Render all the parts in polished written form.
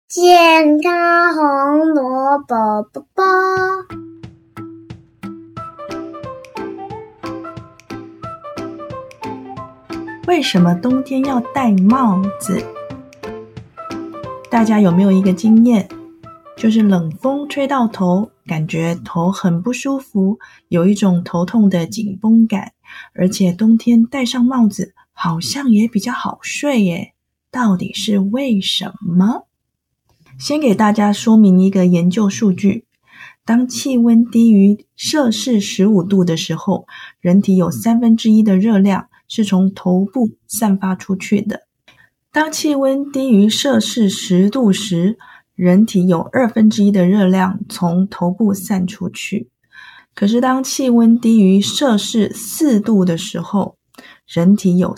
健康红萝卜卜卜。 为什么冬天要戴帽子？大家有没有一个经验，就是冷风吹到头，感觉头很不舒服，有一种头痛的紧绷感，而且冬天戴上帽子好像也比较好睡耶，到底是为什么？先给大家说明一个研究数据，当气温低于摄氏15度的时候，人体有1/3的热量是从头部散发出去的。当气温低于摄氏10度时，人体有1/2的热量从头部散出去。可是当气温低于摄氏4度的时候，人体有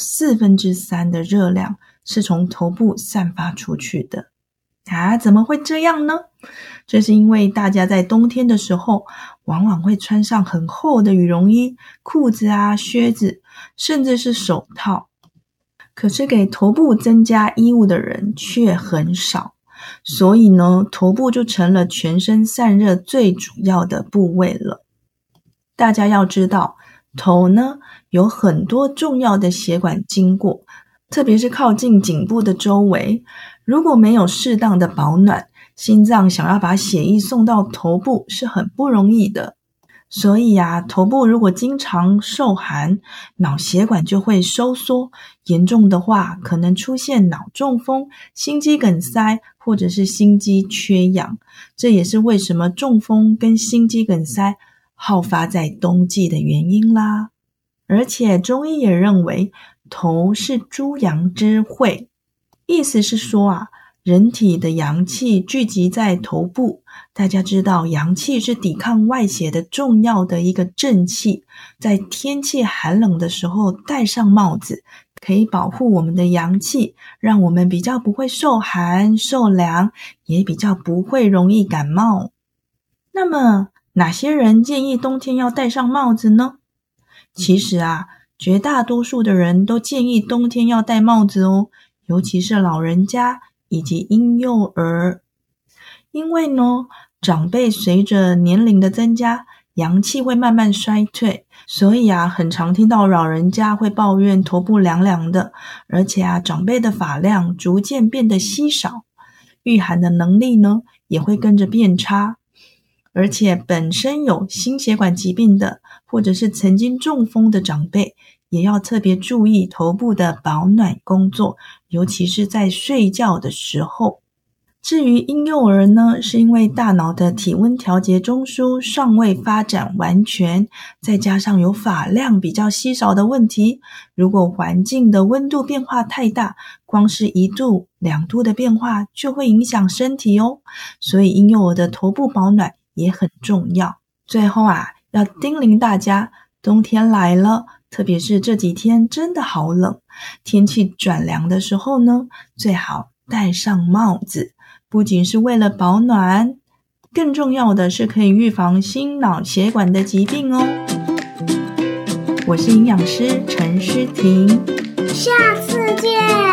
3/4的热量是从头部散发出去的。怎么会这样呢？这是因为大家在冬天的时候往往会穿上很厚的羽绒衣、裤子靴子，甚至是手套。可是给头部增加衣物的人却很少，所以呢，头部就成了全身散热最主要的部位了。大家要知道，头呢有很多重要的血管经过，特别是靠近颈部的周围，如果没有适当的保暖，心脏想要把血液送到头部是很不容易的。所以头部如果经常受寒，脑血管就会收缩，严重的话可能出现脑中风、心肌梗塞或者是心肌缺氧。这也是为什么中风跟心肌梗塞好发在冬季的原因啦。而且中医也认为头是诸阳之会，意思是说人体的阳气聚集在头部。大家知道阳气是抵抗外邪的重要的一个正气，在天气寒冷的时候戴上帽子，可以保护我们的阳气，让我们比较不会受寒受凉，也比较不会容易感冒。那么哪些人建议冬天要戴上帽子呢？其实绝大多数的人都建议冬天要戴帽子哦，尤其是老人家以及婴幼儿。因为呢，长辈随着年龄的增加，阳气会慢慢衰退，所以很常听到老人家会抱怨头部凉凉的，而且长辈的发量逐渐变得稀少，御寒的能力呢也会跟着变差。而且本身有心血管疾病的，或者是曾经中风的长辈，也要特别注意头部的保暖工作，尤其是在睡觉的时候。至于婴幼儿呢，是因为大脑的体温调节中枢尚未发展完全，再加上有发量比较稀少的问题，如果环境的温度变化太大，光是1度、2度的变化就会影响身体哦。所以婴幼儿的头部保暖也很重要。最后要叮咛大家，冬天来了，特别是这几天真的好冷，天气转凉的时候呢，最好戴上帽子，不仅是为了保暖，更重要的是可以预防心脑血管的疾病哦。我是营养师陈诗婷， 下次见。